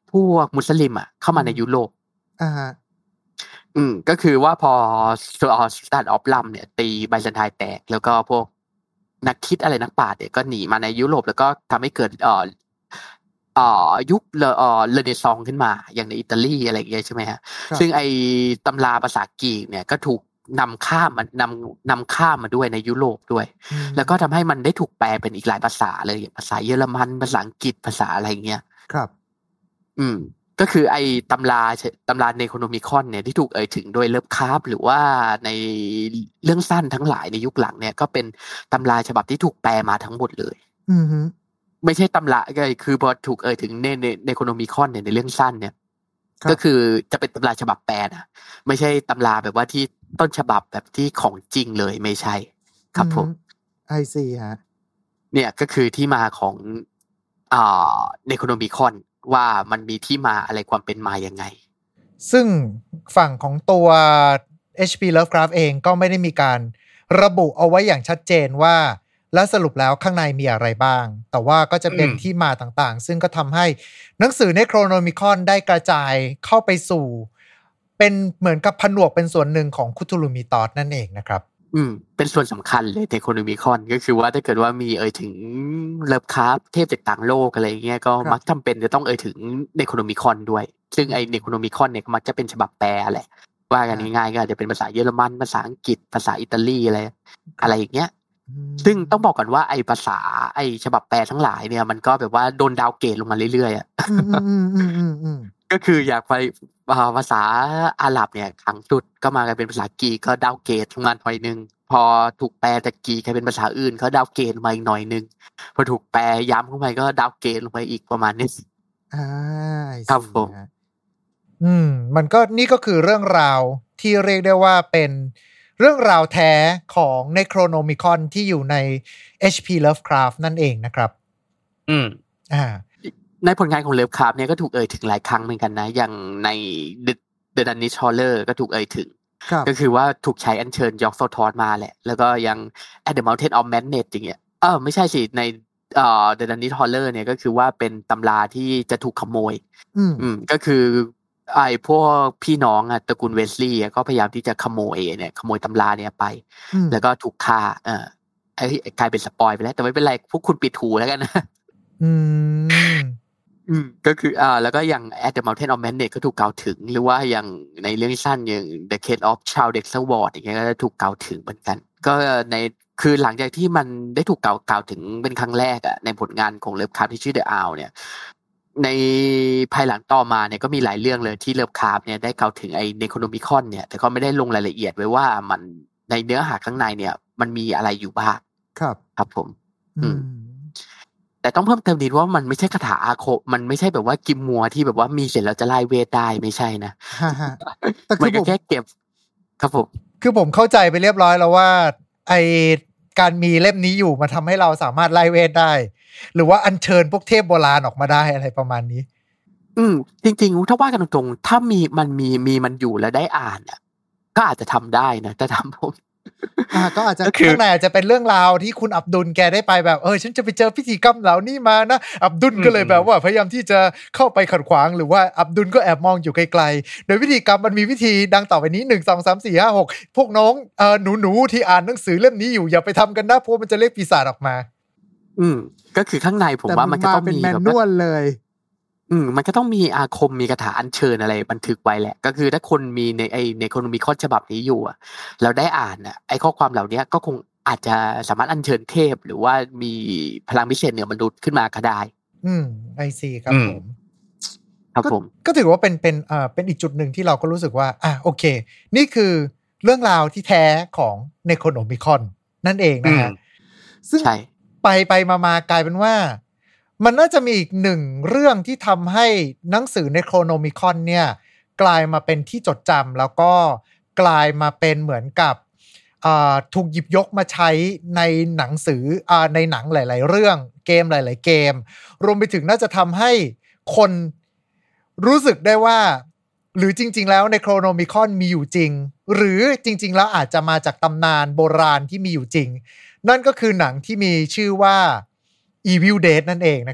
พวกมุสลิมอ่ะเข้ามาในยุโรปอ่าฮะอืมก็คือว่าพอสตาร์ทออฟลัมเนี่ยตีไบแซนไทน์แตกแล้วก็พวกนักคิดอะไรนักปราชญ์เนี่ยก็หนีมาในยุโรปแล้วก็ทำให้เกิดเอ่อเอ่อยุคเอ่อเรเนซองส์ขึ้นมาอย่างในอิตาลีอะไรอย่างเงี้ยใช่ไหมฮะซึ่งไอ้ตำราภาษากรีกเนี่ยก็ถูกนำข้ามมันนำนำข้ามมาด้วยในยุโรปด้วยแล้วก็ทำให้มันได้ถูกแปลเป็นอีกหลายภาษาเลยภาษาเยอรมันภาษาอังกฤษภาษาอะไรเงี้ยครับอืมก็คือไอ้ตำราตำราเนโคโนมิคอนเนี่ยที่ถูกเอ่ยถึงโดยเลิฟคราฟต์หรือว่าในเรื่องสั้นทั้งหลายในยุคหลังเนี่ยก็เป็นตำราฉบับที่ถูกแปลมาทั้งหมดเลยอือฮึไม่ใช่ตำราก็คือพอถูกเอ่ยถึงในเนโคโนมิคอนเนี่ยในเรื่องสั้นเนี่ยก็คือจะเป็นตำราฉบับแปลนะไม่ใช่ตำราแบบว่าที่ต้นฉบับแบบที่ของจริงเลยไม่ใช่ครับผมไอซีฮะเนี่ยก็คือที่มาของอ่าเนโคโนมิคอนว่ามันมีที่มาอะไรความเป็นมายังไงซึ่งฝั่งของตัว เอช พี Lovecraft เองก็ไม่ได้มีการระบุเอาไว้อย่างชัดเจนว่าและสรุปแล้วข้างในมีอะไรบ้างแต่ว่าก็จะเป็นที่มาต่างๆซึ่งก็ทำให้หนังสือ Necronomicon ได้กระจายเข้าไปสู่เป็นเหมือนกับผนวกเป็นส่วนหนึ่งของคุทูลูมิตอสนั่นเองนะครับอืมเป็นส่วนสำคัญเลยในโคโนมิคอนก็คือว่าถ้าเกิดว่ามีเอ่ยถึงเลิฟคราฟต์เทพจากต่างโลกอะไรเงี้ยก็มักจำเป็นจะต้องเอ่ยถึงในโคโนมิคอนด้วยซึ่งไอในโคโนมิคอนเนี่ยมักจะเป็นฉบับแปลแหละว่ากันง่ายๆก็อาจจะเป็นภาษาเยอรมันภาษาอังกฤษภาษาอิตาลีอะไรอะไรอย่างเงี้ยซึ่งต้องบอกก่อนว่าไอภาษาไอฉบับแปลทั้งหลายเนี่ยมันก็แบบว่าโดนดาวเกรดลงมาเรื่อยๆอ่ะก็คืออยากไปภาษาอาหรับเนี่ยขังสุดก็มากลายเป็นภาษากรีกก็ดาวเกรดลงมาหน่อยนึงพอถูกแปลจากกรีกกลายเป็นภาษาอื่นเขาดาวเกรดลงมาอีกหน่อยนึงพอถูกแปลย้ำเข้าไปก็ดาวเกรดลงไปอีกประมาณนี้อ่าครับผมอืมมันก็นี่ก็คือเรื่องราวที่เรียกได้ว่าเป็นเรื่องราวแท้ของ Necronomicon ที่อยู่ใน เอช พี Lovecraft นั่นเองนะครับอืมอ่าในผลงานของเลิฟคราฟต์เนี่ยก็ถูกเอ่ยถึงหลายครั้งเหมือนกันนะอย่างใน The Dunwich Horror ก็ถูกเอ่ยถึงก็คือว่าถูกใช้อัญเชิญยอร์กโซทอสมาแหละแล้วก็ยัง At the Mountain of Madness อย่างเงี้ยเออไม่ใช่สิในเอ่อ The Dunwich Horror เนี่ยก็คือว่าเป็นตำราที่จะถูกขโมยอืมอืมก็คือไอ้พวกพี่น้องอ่ะตระกูลเวสลีย์ก็พยายามที่จะขโมยเนี่ยขโมยตำราเนี่ยไปแล้วก็ถูกฆ่าเออไอ้กลายเป็นสปอยไปแล้วแต่ไม่เป็นไรพวกคุณปิดหูแล้วกันนะอืมอืมก็คืออ่าแล้วก็อย่าง At the Mountain of Madness ก็ถูกกล่าวถึงหรือว่าอย่างในเรื่องสั้นอย่าง The Case of Charles Dexter Ward อย่างเงี้ยก็ถูกกล่าวถึงเหมือนกันก็ในคือหลังจากที่มันได้ถูกกล่าวกล่าวถึงเป็นครั้งแรกอ่ะในผลงานของเลิฟคราฟต์ที่ชื่อ The Owl เนี่ยในภายหลังต่อมาเนี่ยก็มีหลายเรื่องเลยที่เลิฟคราฟต์เนี่ยได้กล่าวถึงไอ้ Necronomicon เนี่ยแต่ก็ไม่ได้ลงรายละเอียดไว้ว่ามันในเนื้อหาข้างในเนี่ยมันมีอะไรอยู่บ้างครับครับผมอืมแต่ต้องเพิ่มเติมนิดว่ามันไม่ใช่คาถาอาคมมันไม่ใช่แบบว่ากิมมัวที่แบบว่ามีเสร็จแล้วจะไล่เวทได้ไม่ใช่นะแต่คือผมแค่เก็บครับผมคือผมเข้าใจไปเรียบร้อยแล้วว่าไอการมีเล่มนี้อยู่มันทำให้เราสามารถไล่เวทได้หรือว่าอัญเชิญพวกเทพโบราณออกมาได้อะไรประมาณนี้อืมจริงๆถ้าว่ากันตรงๆถ้ามีมันมีมีมันอยู่แล้วได้อ่านอ่ะก็อาจจะทำได้นะแต่ทำผมอ่าก็อาจจะข้างในอาจจะเป็นเรื่องราวที่คุณอับดุลแกได้ไปแบบเออฉันจะไปเจอพิธีกรรมเหล่านี้มานะอับดุลก็เลยแบบว่าพยายามที่จะเข้าไปขัดขวางหรือว่าอับดุลก็แอบมองอยู่ไกลๆโดยวิธีกรรมมันมีวิธีดังต่อไปนี้หนึ่ง สอง สาม สี่ ห้า หกพวกน้องเอ่อหนูๆที่อ่านหนังสือเล่มนี้อยู่อย่าไปทำกันนะเพราะมันจะเรียกปีศาจออกมาอืมก็คือข้างในผมว่ามันก็ต้องมีแบบแมนนวลเลยอืมมันก็ต้องมีอาคมมีคาถาอัญเชิญอะไรบันทึกไว้แหละก็คือถ้าคนมีในไอในโคโนมิคอนฉบับนี้อยู่อ่ะเราได้อ่านอ่ะไอข้อความเหล่านี้ก็คงอาจจะสามารถอัญเชิญเทพหรือว่ามีพลังพิเศษเหนือมนุษย์ขึ้นมาก็ได้อืมไอซีครับผมครับผมก็ถือว่าเป็นเป็นเอ่อเป็นอีกจุดหนึ่งที่เราก็รู้สึกว่าอ่ะโอเคนี่คือเรื่องราวที่แท้ของเนโคโนมิคอนนั่นเองนะฮะซึ่งไปไปมามากลายเป็นว่ามันน่าจะมีอีกหนึ่งเรื่องที่ทำให้หนังสือ Necronomicon เนี่ยกลายมาเป็นที่จดจำแล้วก็กลายมาเป็นเหมือนกับถูกหยิบยกมาใช้ในหนังสือในหนังหลายๆเรื่องเกมหลายๆเกมรวมไปถึงน่าจะทำให้คนรู้สึกได้ว่าหรือจริงๆแล้ว Necronomicon มีอยู่จริงหรือจริงๆแล้วอาจจะมาจากตำนานโบราณที่มีอยู่จริงนั่นก็คือหนังที่มีชื่อว่าEvil Dead นั่นเองนะครับ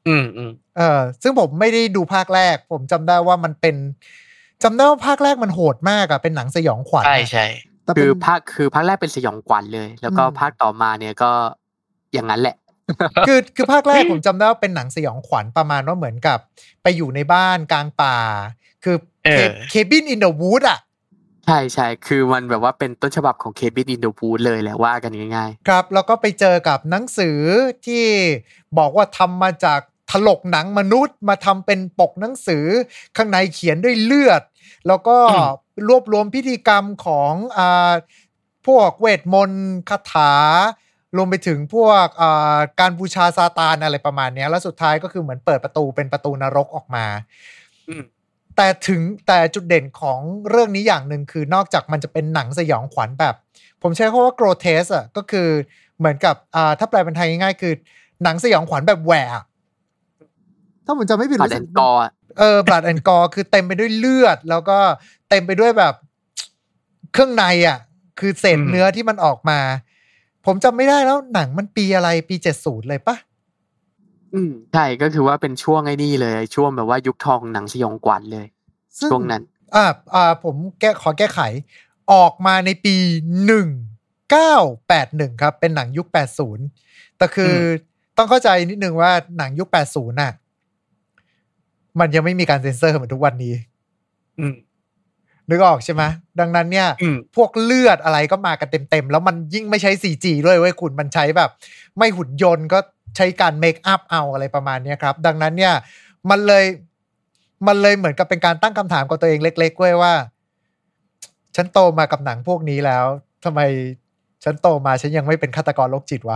อืมอืมเออซึ่งผมไม่ได้ดูภาคแรกผมจำได้ว่ามันเป็นจำได้ว่าภาคแรกมันโหดมากอะเป็นหนังสยองขวัญใช่ใช่คือภาคคือภาคแรกเป็นสยองขวัญเลยแล้วก็ภาคต่อมาเนี่ยก็อย่างนั้นแหละคือคือภาคแรกผมจำได้ว่าเป็นหนังสยองขวัญประมาณว่าเหมือนกับไปอยู่ในบ้านกลางป่าคือเคบินอินเดอะวูดอ่ะใช่ใช่คือมันแบบว่าเป็นต้นฉบับของเคบินอินเดอะวูดเลยแหละว่ากันง่ายๆครับแล้วก็ไปเจอกับหนังสือที่บอกว่าทำมาจากถลกหนังมนุษย์มาทำเป็นปกหนังสือข้างในเขียนด้วยเลือดแล้วก็รวบรวมพิธีกรรมของอ่าพวกเวทมนต์คาถารวมไปถึงพวกการบูชาซาตานอะไรประมาณนี้แล้วสุดท้ายก็คือเหมือนเปิดประตูเป็นประตูนรกออกมาแต่ถึงแต่จุดเด่นของเรื่องนี้อย่างหนึ่งคือนอกจากมันจะเป็นหนังสยองขวัญแบบผมใช้คำว่า grotesque อ่ะก็คือเหมือนกับถ้าแปลเป็นไทยง่ายๆคือหนังสยองขวัญแบบแหวกถ้าผมจำไม่ผิดรู้สึกเออ blood and gore คือเต็มไปด้วยเลือดแล้วก็เต็มไปด้วยแบบเครื่องในอ่ะคือเศษเนื้อที่มันออกมาผมจำไม่ได้แล้วหนังมันปีอะไรปีเจ็ดสิบเลยปะอืมใช่ก็คือว่าเป็นช่วงไอ้นี่เลยช่วงแบบว่ายุคทองหนังสยองขวัญเลยช่วงนั้นอ่าอ่าผมแก้ขอแก้ไขออกมาในปีหนึ่งเก้าแปดหนึ่งครับเป็นหนังยุคแปดสิบแต่คือต้องเข้าใจนิดนึงว่าหนังยุคแปดสิบน่ะมันยังไม่มีการเซ็นเซอร์เหมือนทุกวันนี้อืมนึกออกใช่ไหมดังนั้นเนี่ยพวกเลือดอะไรก็มากันเต็มๆแล้วมันยิ่งไม่ใช้ ซี จี ด้วยเว้ยคุณมันใช้แบบไม่หุ่นยนต์ก็ใช้การเมคอัพเอาอะไรประมาณนี้ครับดังนั้นเนี่ยมันเลยมันเลยเหมือนกับเป็นการตั้งคำถามกับตัวเองเล็กๆเว้ยว่าฉันโตมากับหนังพวกนี้แล้วทำไมฉันโตมาฉันยังไม่เป็นฆาตกรโรคจิตวะ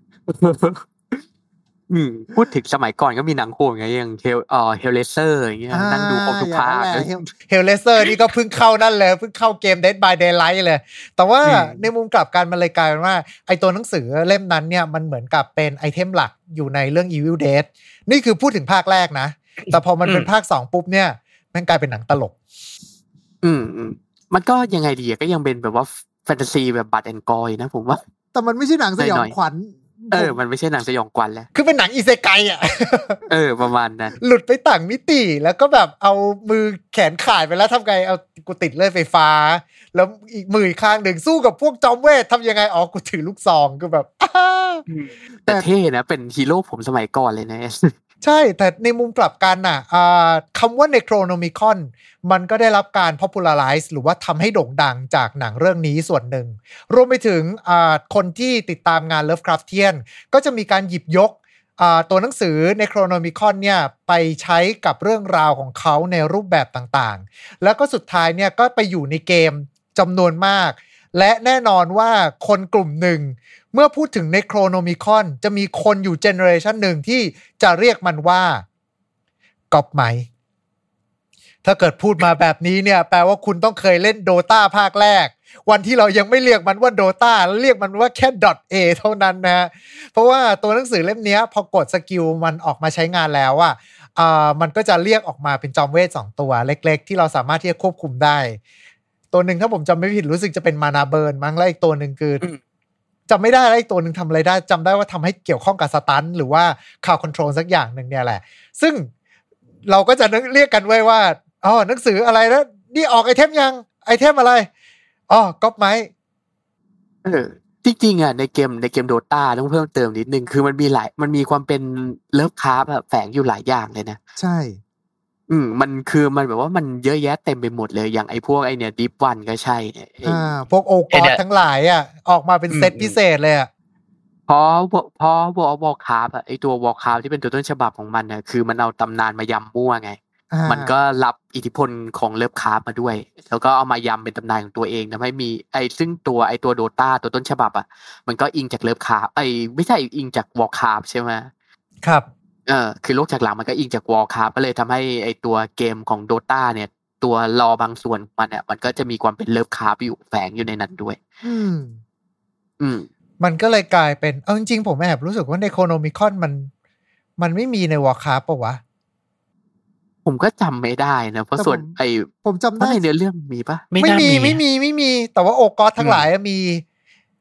อืมพูดถึงสมัยก่อนก็มีหนังโหดไงอย่างเฮลเอ่อเฮลเลเซอร์อย่างเงี้ยนั่งดูครบทุกภาคเฮลเลเซอร์นี่ก็เพิ่งเข้านั่นเลยเพิ่งเข้าเกม Dead by Daylight เลยแต่ว่าในมุมกลับกันมันเลยกลายเป็นว่าไอตัวหนังสือเล่มนั้นเนี่ยมันเหมือนกับเป็นไอเทมหลักอยู่ในเรื่อง Evil Dead นี่คือพูดถึงภาคแรกนะแต่พอมันเป็นภาคสองปุ๊บเนี่ยมันกลายเป็นหนังตลกอืมอืมมันก็ยังไงดีก็ยังเป็นแบบว่าแฟนตาซีแบบบัดแอนด์กอยนะผมว่าแต่มันไม่ใช่หนังสยองขวัญเออมันไม่ใช่หนังสยองขวัญแล้วคือเป็นหนังอิเซไกอ่ะเออประมาณนั้นหลุดไปต่างมิติแล้วก็แบบเอามือแขนขาดไปแล้วทำไงเอากูติดเลื่อยไฟฟ้าแล้วอีกมืออีกข้างหนึ่งสู้กับพวกจอมเวททำยังไงอ๋อกูถือลูกซองก็แบบแต่เท่นะเป็นฮีโร่ผมสมัยก่อนเลยนะใช่แต่ในมุมกลับกันน่ะคำว่า Necronomicon มันก็ได้รับการ popularize หรือว่าทำให้โด่งดังจากหนังเรื่องนี้ส่วนหนึ่งรวมไปถึงคนที่ติดตามงาน Lovecraftian ก็จะมีการหยิบยกตัวหนังสือ Necronomicon เนี่ยไปใช้กับเรื่องราวของเขาในรูปแบบต่างๆแล้วก็สุดท้ายเนี่ยก็ไปอยู่ในเกมจำนวนมากและแน่นอนว่าคนกลุ่มหนึ่งเมื่อพูดถึง Necronomicon จะมีคนอยู่เจเนอเรชันหนึ่งที่จะเรียกมันว่าก๊อปไหมถ้าเกิดพูดมาแบบนี้เนี่ยแปลว่าคุณต้องเคยเล่น Dota ภาคแรกวันที่เรายังไม่เรียกมันว่า Dota แล้วเรียกมันว่าแค่ .a เท่านั้นนะเพราะว่าตัวหนังสือเล่มนี้พอกดสกิลมันออกมาใช้งานแล้วอ่ะอ่ามันก็จะเรียกออกมาเป็นจอมเวทสองตัวเล็กๆที่เราสามารถที่จะควบคุมได้ตัวหนึ่งถ้าผมจำไม่ผิดรู้สึกจะเป็นมานาเบิร์นมั้งแล้วอีกตัวหนึ่งคือจำไม่ได้แล้วอีกตัวหนึ่งทำอะไรได้จำได้ว่าทำให้เกี่ยวข้องกับสตันหรือว่าคาวคอนโทรลสักอย่างหนึ่งเนี่ยแหละซึ่งเราก็จะเรียกกันไว้ว่าอ๋อหนังสืออะไรนะนี่ออกไอเทมยังไอเทมอะไรอ๋อก๊อปไหมเออจริงๆอ่ะในเกมในเกม Dota ต้องเพิ่มเติมนิดนึงคือมันมีหลายมันมีความเป็นเลิฟคราฟแบบแฝงอยู่หลายอย่างเลยนะใช่อืมมันคือมันแบบว่ามันเยอะแยะเต็มไปหมดเลยอย่างไอ้พวกไอเนี่ยดิฟวันก็ใช่อ่าพวกโอกอดทั้งหลายอ่ะออกมาเป็นเซตพิเศษเลยอ่ะเพราะเพราะวอลวอลคราฟอ่ะไอตัววอลคราฟที่เป็นตัวต้นฉบับของมันน่ะคือมันเอาตำนานมายำมั่วไงมันก็รับอิทธิพลของเลิฟคราฟมาด้วยแล้วก็เอามายำเป็นตำนานของตัวเองทำให้มีไอซึ่งตัวไอตัวโดต้าตัวต้นฉบับอ่ะมันก็อิงจากเลิฟคราฟไอไม่ใช่อิงจากวอลคราฟใช่ไหมครับเออคือโลกจากหลังมันก็อิงจาก Warcraft ก็เลยทำให้ไอตัวเกมของ Dota เนี่ยตัวรอบางส่วนมันเนี่ยมันก็จะมีความเป็น Lovecraft อยู่แฝงอยู่ในนั้นด้วยอืมอืมมันก็เลยกลายเป็นเอาจริงๆผมแอบรู้สึกว่าใน Necronomicon มันมันไม่มีใน Warcraft ป่ะวะผมก็จำไม่ได้นะเพราะส่วนไอผมจำได้ในเนื้อเรื่องมีปะไม่มีไม่มีไม่มีแต่ว่าโอกอสทั้งหลายมี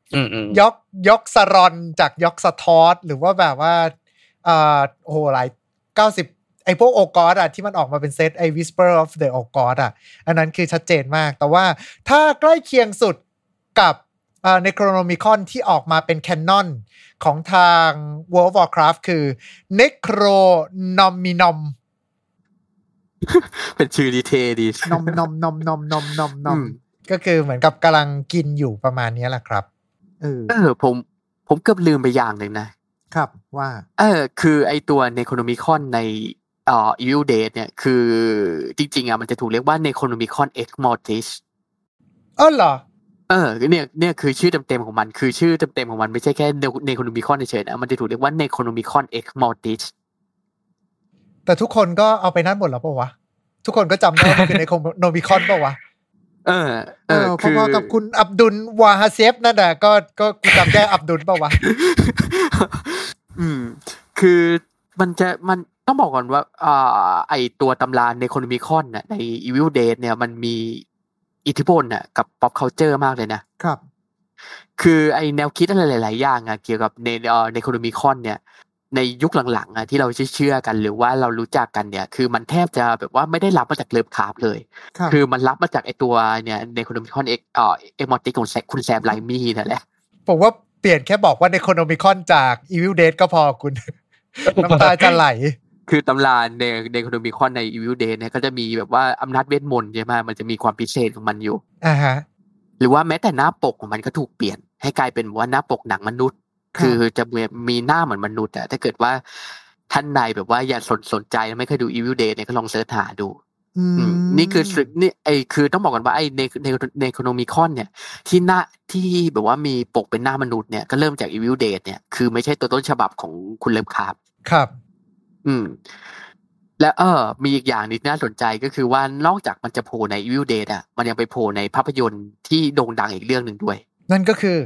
ยกยกสรอนจากยกสะทอสหรือว่าแบบว่าอ่าโอ้โหหลายเก้าสิบไอ้พวกโอกอสอ่ะที่มันออกมาเป็นเซตไอ้ Whisper of the Ogod อ่ะอันนั้นคือชัดเจนมากแต่ว่าถ้าใกล้เคียงสุดกับอ่า Necronomicon ที่ออกมาเป็น Canon ของทาง World of Warcraft คือ Necronomicon เป็นชื่อดีเทดีนมนมนมนมนมนมนมก็คือเหมือนกับกำลังกินอยู่ประมาณนี้แหละครับเออเออผมผมเกือบลืมไปอย่างหนึ่งนะครับว่าเออคือไอตัว Necronomicon ในเอ่อ Evil Dead เนี่ยคือจริงๆอ่ะมันจะถูกเรียกว่า Necronomicon Ex Mortis อ๋อเหรอเออเนี่ยเนี่ยคือชื่อเต็มๆของมันคือชื่อเต็มๆของมันไม่ใช่แค่ Necronomicon เฉยๆนะมันจะถูกเรียกว่า Necronomicon Ex Mortis แต่ทุกคนก็เอาไปนั่นหมดแล้วป่ะวะทุกคนก็จำได้ว่ามันคือ Necronomicon ป่ะวะเออเออพอๆกับคุณอับดุลวาฮาเซฟนั่นแหละก็ก็กูจำได้อับดุลป่ะวะอืมคือมันจะมันต้องบอกก่อนว่าอ่าไอตัวตำรา Necronomicon น่ะใน Evil Dead เนี่ยมันมีอิทธิพลน่ะกับ pop culture มากเลยนะครับคือไอแนวคิดอะไรหลายๆอย่างอ่ะเกี่ยวกับในเอ่อ Necronomicon เนี่ยในยุคหลังๆอ่ะที่เราเชื่อกันหรือว่าเรารู้จักกันเนี่ยคือมันแทบจะแบบว่าไม่ได้รับมาจากเลิฟคราฟต์เลยคือมันรับมาจากไอตัวเนี่ย Necronomicon X เอ่อ Ex Mortis ของคุณแซมไลมี่นั่นแหละผมว่าเปลี่ยนแค่บอกว่า Necronomicon จาก Evil Dead ก็พอคุณ น้ำตาจะไหลคือตำราใน Necronomicon ใน Evil Dead เนี่ยก็จะมีแบบว่าอำนาจเวทมนต์ใช่ไหมมันจะมีความพิเศษของมันอยู่อ่าฮะหรือว่าแม้แต่หน้าปกของมันก็ถูกเปลี่ยนให้กลายเป็นว่าหน้าปกหนังมนุษย์คือจะมีหน้าเหมือนมนุษย์แต่ถ้าเกิดว่าท่านใดแบบว่าอย่าสนสนใจไม่เคยดู Evil Dead เนี่ยก็ลองเสิร์ชหาดูนี่คือนี่ไอคือต้องบอกกันว่าไอในใน Necronomicon เนี่ยที่หน้าที่แบบว่ามีปกเป็นหน้ามนุษย์เนี่ยก็เริ่มจาก Evil Dead เนี่ยคือไม่ใช่ตัวต้นฉบับของคุณเลิฟคราฟต์ครับอืมและเออมีอีกอย่างนึงน่าสนใจก็คือว่านอกจากมันจะโผล่ใน Evil Dead อ่ะมันยังไปโผล่ในภาพยนตร์ที่โด่งดังอีกเรื่องนึงด้วยนั่นก็คือ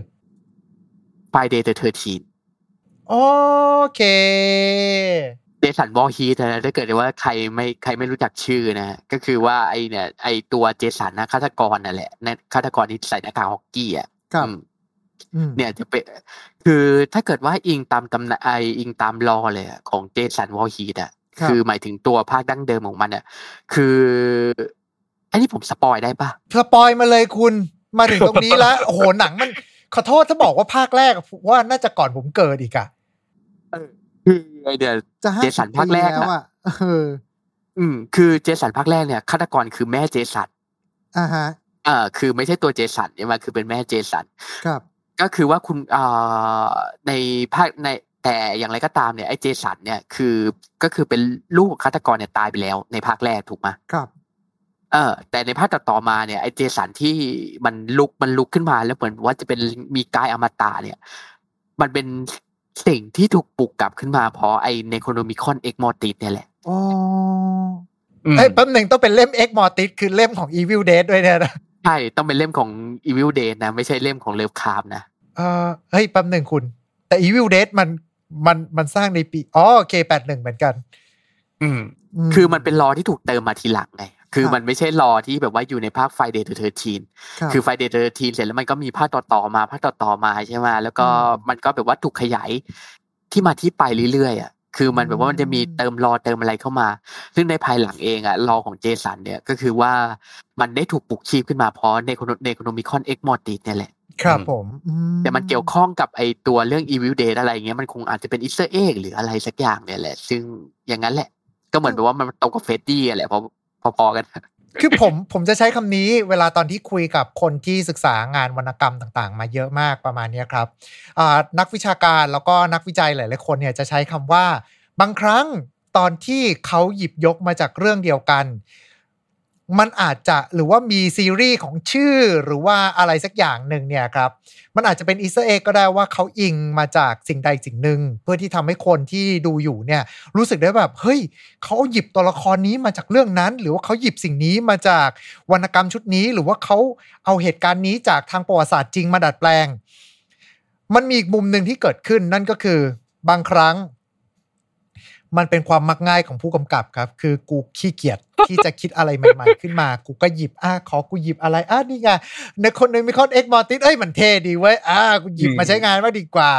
Friday the thirteenth โอเคเจสันวอร์ฮีทนะถ้าเกิดว่าใครไม่ใครไม่รู้จักชื่อนะก็คือว่าไอเนี่ยไอตัวเจสันนะฆาตกรนั่นแหละนะฆาตกรที่ใส่หน้ากากฮอกกี้อ่ะเนี่ยจะเป็นคือถ้าเกิดว่าอิงตามตำนานไออิงตามลอเลยของเจสันวอร์ฮีทอ่ะคือหมายถึงตัวภาคดั้งเดิมของมันอ่ะคือไอ้นี่ผมสปอยได้ปะสปอยมาเลยคุณมาถึงตรงนี้แล้วโอ้โหหนังมันขอโทษถ้าบอกว่าภาคแรกว่าน่าจะก่อนผมเกิดอีกอ่ะคือไอเดียเจสันภาคแรกอ่ะเอออืมคือเจสันภาคแรกเนี่ยฆาตกรคือแม่เจสันอ่าฮะอ่าคือไม่ใช่ตัวเจสันใช่ไหมคือเป็นแม่เจสันครับก็คือว่าคุณอ่าในภาคในแต่อย่างไรก็ตามเนี่ยไอ้เจสันเนี่ยคือก็คือเป็นลูกฆาตกรเนี่ยตายไปแล้วในภาคแรกถูกไหมครับเออแต่ในภาคต่อมาเนี่ยไอ้เจสันที่มันลุกมันลุกขึ้นมาแล้วเหมือนว่าจะเป็นมีกายอมตะเนี่ยมันเป็นสิ่งที่ถูกปลุกกลับขึ้นมาเพราะไอ้ Necronomicon Ex Mortis เนี่ยแหละอ๋อเอ้ยแป๊บนึงต้องเป็นเล่ม Ex Mortis คือเล่มของ Evil Dead ด้วยเนี่ยนะใช่ต้องเป็นเล่มของ Evil Dead นะไม่ใช่เล่มของ Lovecraft นะเออเฮ้ยแป๊บนึงคุณแต่ Evil Dead มันมันมันสร้างในปีอ๋อโอเคแปดสิบเอ็ดเหมือนกันอืมคือมันเป็นลอที่ถูกเติมมาทีหลังไงคือมันไม่ใช่ลอที่แบบว่าอยู่ในภาค Friday the thirteenth คือ Friday the thirteenth เสร็จแล้วมันก็มีภาคต่อๆมาภาคต่อๆมาใช่ไหมแล้วก็มันก็แบบว่าถูกขยายที่มาที่ไปเรื่อยๆอ่ะคือมันแบบว่ามันจะมีเติมลอเติมอะไรเข้ามาซึ่งในภายหลังเองอ่ะลอของเจสันเนี่ยก็คือว่ามันได้ถูกปลุกชีพขึ้นมาเพราะใน Necronomicon Ex Mortis เนี่ยแหละครับผมแต่มันเกี่ยวข้องกับไอตัวเรื่อง Evil Dead อะไรเงี้ยมันคงอาจจะเป็นอีสเตอร์เอ็กหรืออะไรสักอย่างเนี่ยแหละซึ่งอย่างนั้นแหละก็เหมือนแบบว่ามันตรงกับเฟดดี้แหละพอพอๆกันคือผมผมจะใช้คำนี้เวลาตอนที่คุยกับคนที่ศึกษางานวรรณกรรมต่างๆมาเยอะมากประมาณนี้ครับนักวิชาการแล้วก็นักวิจัยหลายๆคนเนี่ยจะใช้คำว่าบางครั้งตอนที่เขาหยิบยกมาจากเรื่องเดียวกันมันอาจจะหรือว่ามีซีรีส์ของชื่อหรือว่าอะไรสักอย่างหนึ่งเนี่ยครับมันอาจจะเป็นอีสเตอร์เอ็กก็ได้ว่าเขาอิงมาจากสิ่งใดสิ่งหนึ่งเพื่อที่ทำให้คนที่ดูอยู่เนี่ยรู้สึกได้แบบเฮ้ยเขาหยิบตัวละครนี้มาจากเรื่องนั้นหรือว่าเขาหยิบสิ่งนี้มาจากวรรณกรรมชุดนี้หรือว่าเขาเอาเหตุการณ์นี้จากทางประวัติศาสตร์จริงมาดัดแปลงมันมีอีกมุมนึงที่เกิดขึ้นนั่นก็คือบางครั้งมันเป็นความมักง่ายของผู้กำกับครับคือกูขี้เกียจที่จะคิดอะไรใหม่ๆขึ้นมากูก็หยิบอ่ะขอกูหยิบอะไรอ่ะนี่ไงในคนนึงมีคอน Ex Mortis เอ้ยมันเท่ดีเว้ยอ่ะกูหยิบมาใช้งานมากดีกว่า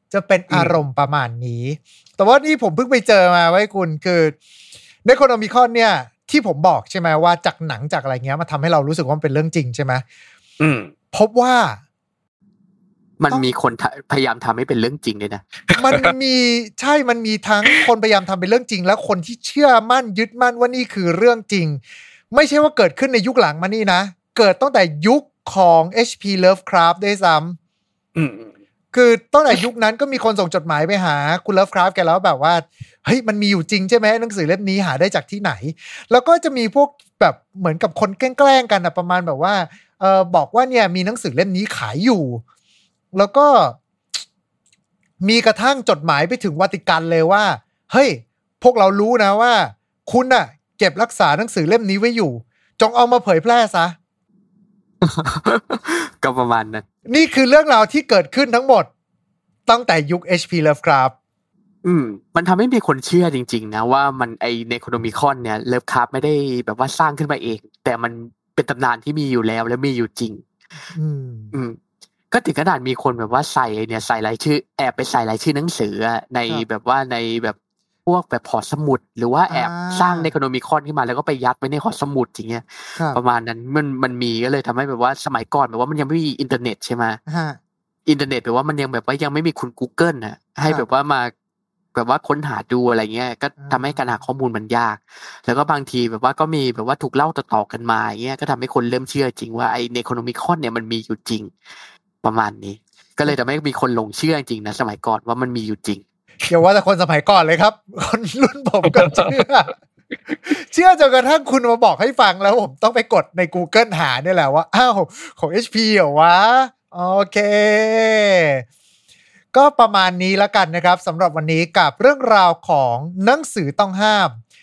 จะเป็นอารมณ์ประมาณนี้แต่ว่านี่ผมเพิ่งไปเจอมาไว้คุณคือในโคโนมิคอนเนี่ยที่ผมบอกใช่ไหมว่าจากหนังจากอะไรเงี้ยมาทำให้เรารู้สึกว่ามันเป็นเรื่องจริงใช่ไหมอืมพบว่ามันมีคนพยายามทำให้เป็นเรื่องจริงเลยนะมันมีใช่มันมีทั้งคนพยายามทำเป็นเรื่องจริงและคนที่เชื่อมั่นยึดมั่นว่านี่คือเรื่องจริงไม่ใช่ว่าเกิดขึ้นในยุคหลังมานี่นะเกิดตั้งแต่ยุคของ เอช พี Lovecraft ด้วยซ้ำอืมคือตั้งแต่ยุคนั้นก็มีคนส่งจดหมายไปหาคุณ Lovecraft แกแล้วแบบว่าเฮ้ยมันมีอยู่จริงใช่ไหมหนังสือเล่มนี้หาได้จากที่ไหนแล้วก็จะมีพวกแบบเหมือนกับคนแกล้งๆกันนะประมาณแบบว่าเออบอกว่าเนี่ยมีหนังสือเล่มนี้ขายอยู่แล้วก็มีกระทั่งจดหมายไปถึงวาติกันเลยว่าเฮ้ยพวกเรารู้นะว่าคุณน่ะเก็บรักษาหนังสือเล่มนี้ไว้อยู่จงเอามาเผยแพร่ซะก็ประมาณนั้นนี่คือเรื่องราวที่เกิดขึ้นทั้งหมดตั้งแต่ยุค เอช พี Lovecraft อืมมันทำให้มีคนเชื่อจริงๆนะว่ามันไอในโคโนมิคอนเนี่ย Lovecraft ไม่ได้แบบว่าสร้างขึ้นมาเองแต่มันเป็นตำนานที่มีอยู่แล้วและมีอยู่จริงอืมอืมก็ถึงขนาดมีคนแบบว่าใส่เนี่ยใส่รายชื่อแอบไปใส่รายชื่อหนังสือในแบบว่าในแบบพวกแบบหอสมุดหรือว่าแอบสร้างในโคโนมิคอนขึ้นมาแล้วก็ไปยัดไว้ในหอสมุดอย่างเงี้ยประมาณนั้นมันมันมีก็เลยทำให้แบบว่าสมัยก่อนแบบว่ามันยังไม่มีอินเทอร์เน็ตใช่ไหมอินเทอร์เน็ตแบบว่ามันยังแบบว่ายังไม่มีคุณ Google นะให้แบบว่ามาแบบว่าค้นหาดูอะไรเงี้ยก็ทำให้การหาข้อมูลมันยากแล้วก็บางทีแบบว่าก็มีแบบว่าถูกเล่าต่อๆกันมาอย่างเงี้ยก็ทำให้คนเริ่มเชื่อจริงว่าไอในโคโนมิคอนเนี่ยมันมีอยู่จริงประมาณนี้ก็เลยทำให้มีคนหลงเชื่อจริงนะสมัยก่อนว่ามันมีอยู่จริงอย่าว่าแต่คนสมัยก่อนเลยครับคนรุ่นผมก็เชื่อเชื่อจนกระทั่งคุณมาบอกให้ฟังแล้วผมต้องไปกดใน Google หาเนี่ยแหละว่าอ้าวของ เอช พี เหรอวะโอเคก็ประมาณนี้แล้วกันนะครับสำหรับวันนี้กับเรื่องราวของหนังสือต้องห้าม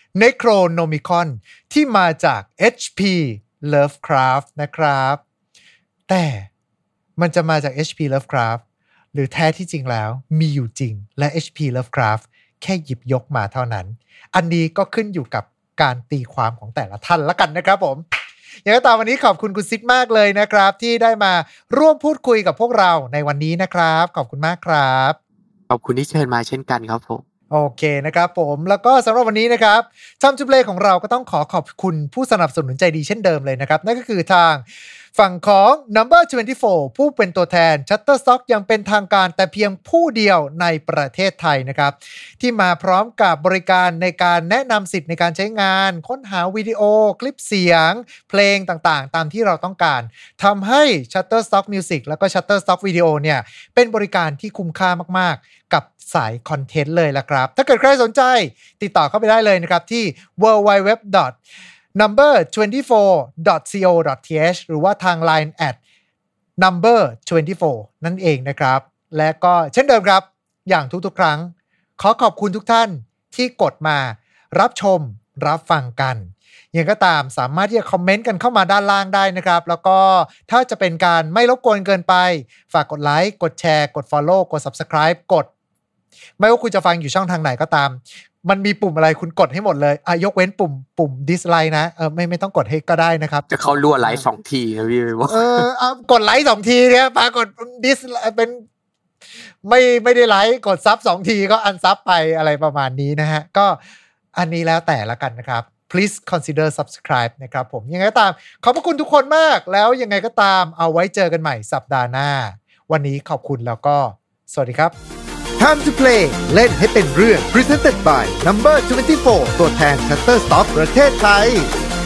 Necronomicon ที่มาจาก เอช พี Lovecraft นะครับแต่มันจะมาจาก เอช พี Lovecraft หรือแท้ที่จริงแล้วมีอยู่จริงและ เอช พี Lovecraft แค่หยิบยกมาเท่านั้นอันนี้ก็ขึ้นอยู่กับการตีความของแต่ละท่านละกันนะครับผมอย่างไรก็ตามวันนี้ขอบคุณคุณซิดมากเลยนะครับที่ได้มาร่วมพูดคุยกับพวกเราในวันนี้นะครับขอบคุณมากครับขอบคุณที่เชิญมาเช่นกันครับผมโอเคนะครับผมแล้วก็สำหรับวันนี้นะครับTime to Playของเราก็ต้องขอขอบคุณผู้สนับสนุนใจดีเช่นเดิมเลยนะครับนั่นก็คือทางฝั่งของ Number ยี่สิบสี่ ผู้เป็นตัวแทน Shutterstock ยังเป็นทางการแต่เพียงผู้เดียวในประเทศไทยนะครับที่มาพร้อมกับบริการในการแนะนำสิทธิ์ในการใช้งานค้นหาวิดีโอคลิปเสียงเพลงต่างๆตามที่เราต้องการทำให้ Shutterstock Music แล้วก็ Shutterstock Video เนี่ยเป็นบริการที่คุ้มค่ามากๆกับสายคอนเทนต์เลยล่ะครับถ้าเกิดใครสนใจติดต่อเข้าไปได้เลยนะครับที่ ดับเบิลยู ดับเบิลยู ดับเบิลยู ดอท นัมเบอร์ ยี่สิบสี่ ดอท ซี โอ ดอท ที เอช หรือว่าทาง ไลน์ แอท นัมเบอร์ ยี่สิบสี่ นั่นเองนะครับและก็เช่นเดิมครับอย่างทุกๆครั้งขอขอบคุณทุกท่านที่กดมารับชมรับฟังกันยังก็ตามสามารถที่จะคอมเมนต์กันเข้ามาด้านล่างได้นะครับแล้วก็ถ้าจะเป็นการไม่รบกวนเกินไปฝากกดไลค์กดแชร์กด Follow กด Subscribe กดไม่ว่าคุณจะฟังอยู่ช่องทางไหนก็ตามมันมีปุ่มอะไรคุณกดให้หมดเลยอ่ะยกเว้นปุ่มปุ่ม dislike นะเออไม่ไม่ต้องกดให้ก็ได้นะครับจะเข้ารั่วไลค์สองทีนะพี่เออเอากดไลค์สองทีเนี่ยปากด dislike เป็นไม่ไม่ได้ไลค์กดซับสองทีก็อันซับไปอะไรประมาณนี้นะฮะก็อันนี้แล้วแต่ละกันนะครับ please consider subscribe นะครับผมยังไงก็ตามขอบพระคุณทุกคนมากแล้วยังไงก็ตามเอาไว้เจอกันใหม่สัปดาห์หน้าวันนี้ขอบคุณแล้วก็สวัสดีครับ Time to Play เล่นให้เป็นเรื่อง Presented by นัมเบอร์ ยี่สิบสี่ ตัวแทน Shutterstock ประเทศไทย